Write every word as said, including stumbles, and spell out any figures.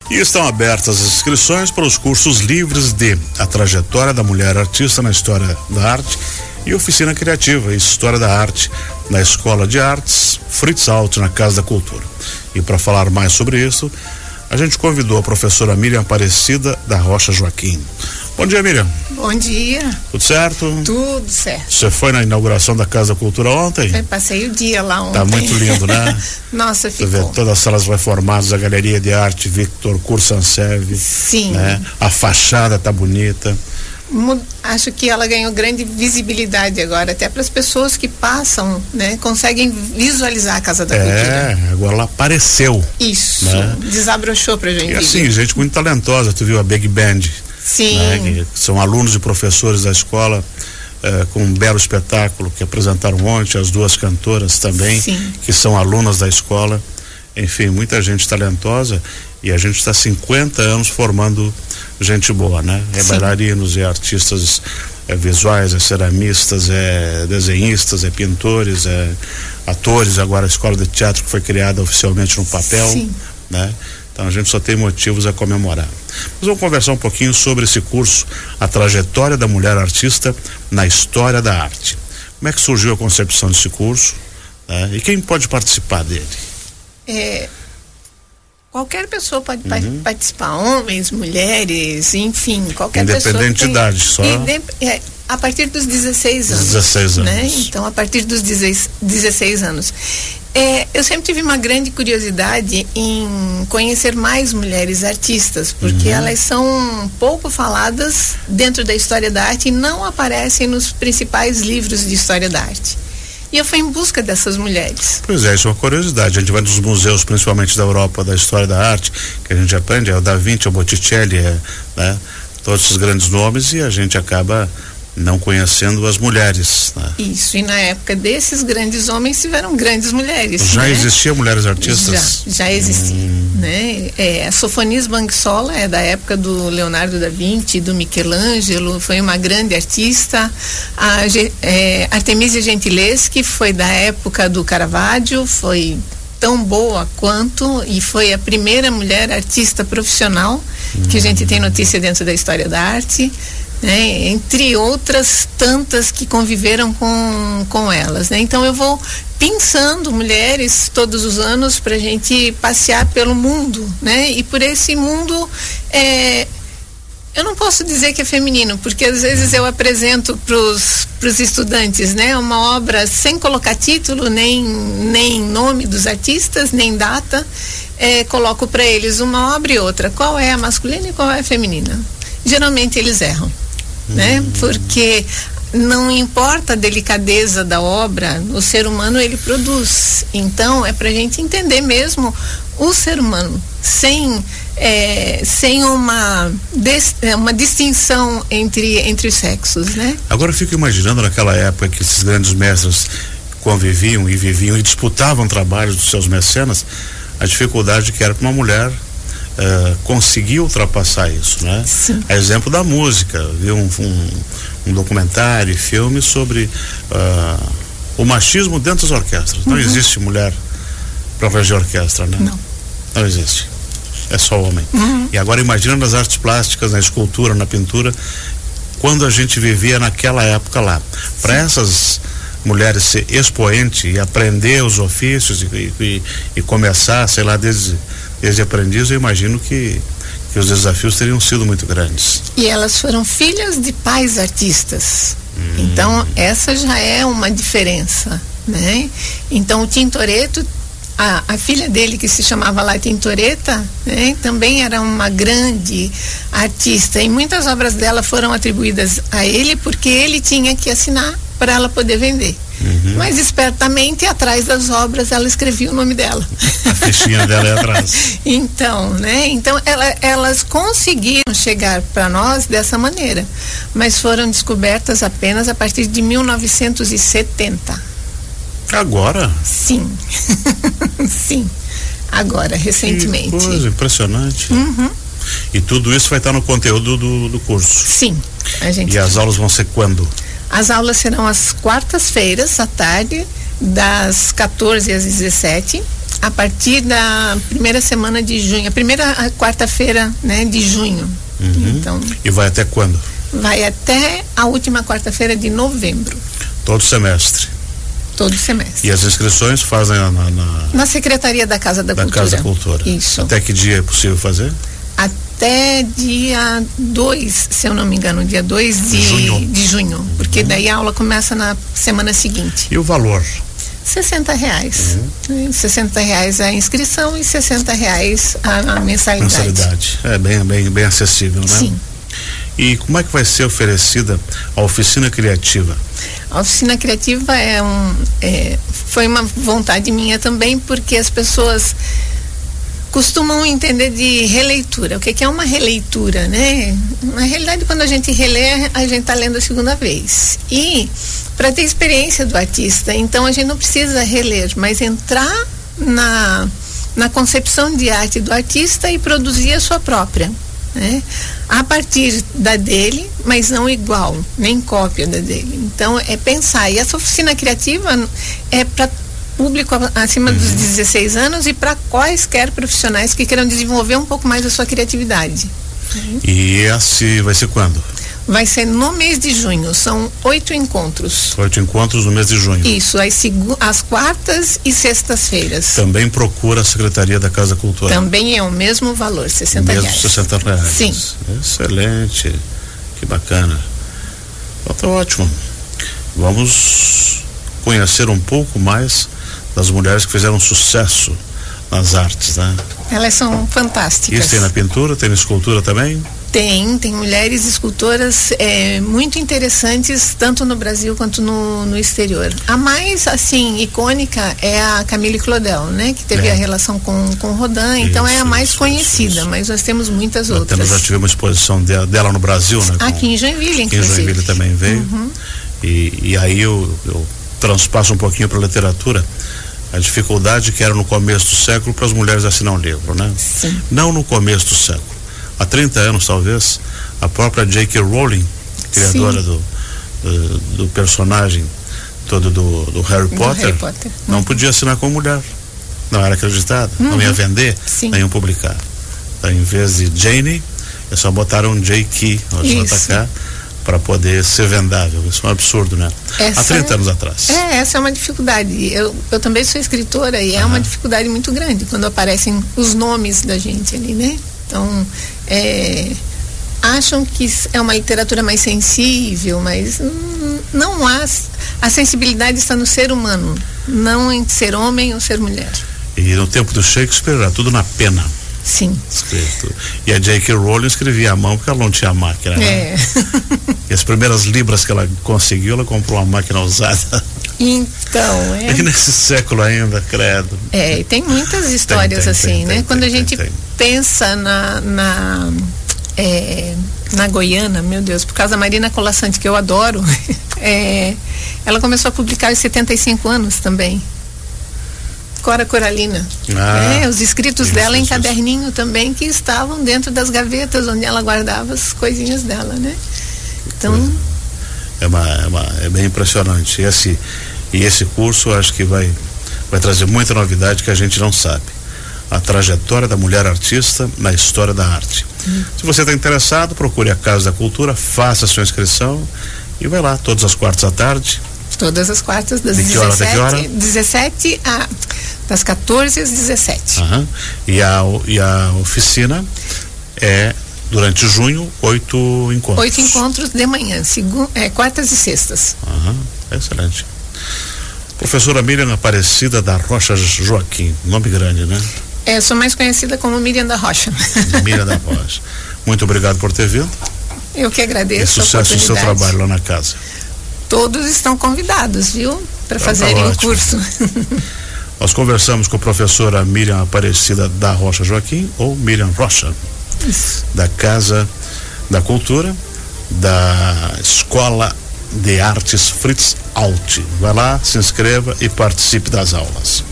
E estão abertas as inscrições para os cursos livres de A Trajetória da Mulher Artista na História da Arte e Oficina Criativa e História da Arte na Escola de Artes Fritz Alt, na Casa da Cultura. E para falar mais sobre isso, a gente convidou a professora Miriam Aparecida da Rocha Joaquim. Bom dia, Miriam. Bom dia. Tudo certo? Tudo certo. Você foi na inauguração da Casa da Cultura ontem? Eu passei o dia lá ontem. Tá muito lindo, né? Nossa, ficou. Você vê todas as salas reformadas, a Galeria de Arte Victor Kursansev. Sim. Né? A fachada tá bonita. Acho que ela ganhou grande visibilidade agora, até para as pessoas que passam, né, conseguem visualizar a Casa da é, Cultura. É, agora ela apareceu. Isso, né? Desabrochou pra gente. E assim, gente muito talentosa, tu viu a Big Band? Sim. Né, que são alunos e professores da escola, eh, com um belo espetáculo que apresentaram ontem, as duas cantoras também, Sim. que são alunas da escola. Enfim, muita gente talentosa, e a gente está cinquenta anos formando gente boa, né? É Sim. bailarinos, é artistas é visuais, é ceramistas, é desenhistas, é pintores, é atores. Agora a escola de teatro que foi criada oficialmente no papel. Sim. Né? Então a gente só tem motivos a comemorar. Mas vamos conversar um pouquinho sobre esse curso, A Trajetória da Mulher Artista na História da Arte. Como é que surgiu a concepção desse curso? Né? E quem pode participar dele? É, qualquer pessoa pode uhum. participar, homens, mulheres, enfim, qualquer pessoa. Independente de idade, só. Indep é, a partir dos dezesseis anos. dezesseis anos. Né? Então, a partir dos dezesseis anos. É, eu sempre tive uma grande curiosidade em conhecer mais mulheres artistas, porque uhum. elas são pouco faladas dentro da história da arte e não aparecem nos principais livros de história da arte. E eu fui em busca dessas mulheres. Pois é, isso é uma curiosidade. A gente vai nos museus, principalmente da Europa, da história da arte, que a gente aprende, é o Da Vinci, é o Botticelli, é, né? Todos esses grandes nomes, e a gente acaba não conhecendo as mulheres, né? Isso, e na época desses grandes homens tiveram grandes mulheres. Já né? existiam mulheres artistas? Já, já existia. Hum. Né? É, a Sofonice Banguissola é da época do Leonardo da Vinci, do Michelangelo, foi uma grande artista. A é, Artemisia Gentileschi foi da época do Caravaggio, foi tão boa quanto, e foi a primeira mulher artista profissional hum. que a gente tem notícia dentro da história da arte. Né? Entre outras tantas que conviveram com, com elas, né? Então eu vou pensando mulheres todos os anos para a gente passear pelo mundo, né? E por esse mundo é, eu não posso dizer que é feminino, porque às vezes eu apresento pros, pros estudantes, né? Uma obra sem colocar título, nem, nem nome dos artistas, nem data, é, coloco para eles uma obra e outra, qual é a masculina e qual é a feminina. Geralmente eles erram, né? Porque não importa a delicadeza da obra, o ser humano ele produz. Então é pra gente entender mesmo o ser humano, sem é, sem uma des, uma distinção entre entre os sexos, né? Agora eu fico imaginando naquela época que esses grandes mestres conviviam e viviam e disputavam trabalhos dos seus mecenas, a dificuldade que era para uma mulher Uh, conseguir ultrapassar isso, né? Sim. A exemplo da música, viu um, um, um documentário e filme sobre uh, o machismo dentro das orquestras. Uhum. Não existe mulher para reger orquestra, né? Não. Não existe. É só homem. Uhum. E agora imagina nas artes plásticas, na escultura, na pintura, quando a gente vivia naquela época lá. Para essas mulheres ser expoente e aprender os ofícios e, e, e começar, sei lá, desde desde aprendiz, eu imagino que, que os desafios teriam sido muito grandes. E elas foram filhas de pais artistas. Hum. Então, essa já é uma diferença, né? Então, o Tintoretto, a, a filha dele, que se chamava lá Tintoretta, né? Também era uma grande artista. E muitas obras dela foram atribuídas a ele porque ele tinha que assinar para ela poder vender. Uhum. Mas espertamente atrás das obras ela escrevia o nome dela. A fichinha dela é atrás. Então, né? Então ela, elas conseguiram chegar para nós dessa maneira, mas foram descobertas apenas a partir de mil novecentos e setenta. Agora? Sim. Sim. Agora, recentemente. Que coisa impressionante. Uhum. E tudo isso vai estar no conteúdo do, do curso? Sim. A gente e as aulas vão ser quando? As aulas serão às quartas-feiras à tarde, das quatorze às dezessete. a partir da primeira semana de junho, a primeira quarta-feira, né, de junho. Uhum. Então, e vai até quando? Vai até a última quarta-feira de novembro. Todo semestre? Todo semestre. E as inscrições fazem na... Na, na, na Secretaria da Casa da, da Cultura. Casa da Cultura. Isso. Até que dia é possível fazer? Até dia dois, se eu não me engano, dia dois de junho. De junho uhum. Porque daí a aula começa na semana seguinte. E o valor? sessenta reais. Uhum. sessenta reais a inscrição e sessenta reais a, a mensalidade. Mensalidade. É bem, bem, bem acessível, né? Sim. E como é que vai ser oferecida a oficina criativa? A oficina criativa é um, é, foi uma vontade minha também, porque as pessoas costumam entender de releitura. O que, que é uma releitura, né? Na realidade, quando a gente relê, a gente está lendo a segunda vez. E para ter experiência do artista, então a gente não precisa reler, mas entrar na, na concepção de arte do artista e produzir a sua própria, né? A partir da dele, mas não igual, nem cópia da dele. Então é pensar, e essa oficina criativa é para público acima uhum. dos dezesseis anos e para quaisquer profissionais que queiram desenvolver um pouco mais a sua criatividade. Uhum. E esse vai ser quando? Vai ser no mês de junho, são oito encontros. Oito encontros no mês de junho. Isso, as, as quartas e sextas-feiras. Também procura a Secretaria da Casa Cultura. Também é o mesmo valor, sessenta reais. Mesmo sessenta reais. Sim. Excelente, que bacana. Então tá ótimo. Vamos conhecer um pouco mais das mulheres que fizeram sucesso nas artes, né? Elas são fantásticas. Isso tem na pintura, tem na escultura também? Tem, tem mulheres escultoras é, muito interessantes, tanto no Brasil quanto no, no exterior. A mais, assim, icônica é a Camille Claudel, né? Que teve é. a relação com, com Rodin, então isso, é a mais isso, conhecida, isso, isso. mas nós temos muitas nós outras. Temos, já tivemos uma exposição dela, dela no Brasil, né? Com, aqui em Joinville, inclusive. Em Joinville também veio. Uhum. E, e aí eu, eu transpasso um pouquinho para a literatura a dificuldade que era no começo do século para as mulheres assinar um livro, né? Sim. Não no começo do século. Há trinta anos, talvez, a própria J K. Rowling, criadora do, do, do personagem todo do, do, Harry, do Potter, Harry Potter, não podia assinar como mulher. Não era acreditada, uhum. não ia vender, Sim. nem ia publicar. Então, em vez de Jane, eles só botaram J K para poder ser vendável. Isso é um absurdo, né? Essa Há trinta é, anos atrás. É, essa é uma dificuldade. Eu, eu também sou escritora e uhum. é uma dificuldade muito grande quando aparecem os nomes da gente ali, né? Então, é, acham que é uma literatura mais sensível, mas não há. A sensibilidade está no ser humano, não em ser homem ou ser mulher. E no tempo do Shakespeare era tudo na pena. Sim. Escrito. E a J K. Rowling escrevia à mão porque ela não tinha máquina. É. Né? E as primeiras libras que ela conseguiu, ela comprou uma máquina usada. Então, é. E nesse século ainda, credo. É, e tem muitas histórias tem, tem, assim, tem, né? Tem, Quando tem, a gente tem, pensa na na, é, na Goiana, meu Deus, por causa da Marina Colasanti, que eu adoro, é, ela começou a publicar aos setenta e cinco anos também. Cora Coralina. Ah, é, os escritos isso, dela em isso, caderninho isso. também, que estavam dentro das gavetas onde ela guardava as coisinhas dela, né? Então. É, uma, é, uma, é bem impressionante. E esse, e esse curso eu acho que vai, vai trazer muita novidade que a gente não sabe. A trajetória da mulher artista na história da arte. Hum. Se você está interessado, procure a Casa da Cultura, faça a sua inscrição e vai lá, todas as quartas à tarde. Todas as quartas, das de que hora, dezessete, de que hora? dezessete a das quatorze às dezessete. Uhum. E, a, e a oficina é durante junho, oito encontros. Oito encontros de manhã, segun, é, quartas e sextas. Uhum. Excelente. Professora Miriam Aparecida da Rocha Joaquim, nome grande, né? É, sou mais conhecida como Miriam da Rocha. Miriam da Rocha. Muito obrigado por ter vindo. Eu que agradeço. E sucesso no seu trabalho lá na casa. Todos estão convidados, viu? Para então, fazerem tá o curso. Nós conversamos com a professora Miriam Aparecida da Rocha Joaquim, ou Miriam Rocha, Isso. da Casa da Cultura, da Escola de Artes Fritz Alt. Vai lá, se inscreva e participe das aulas.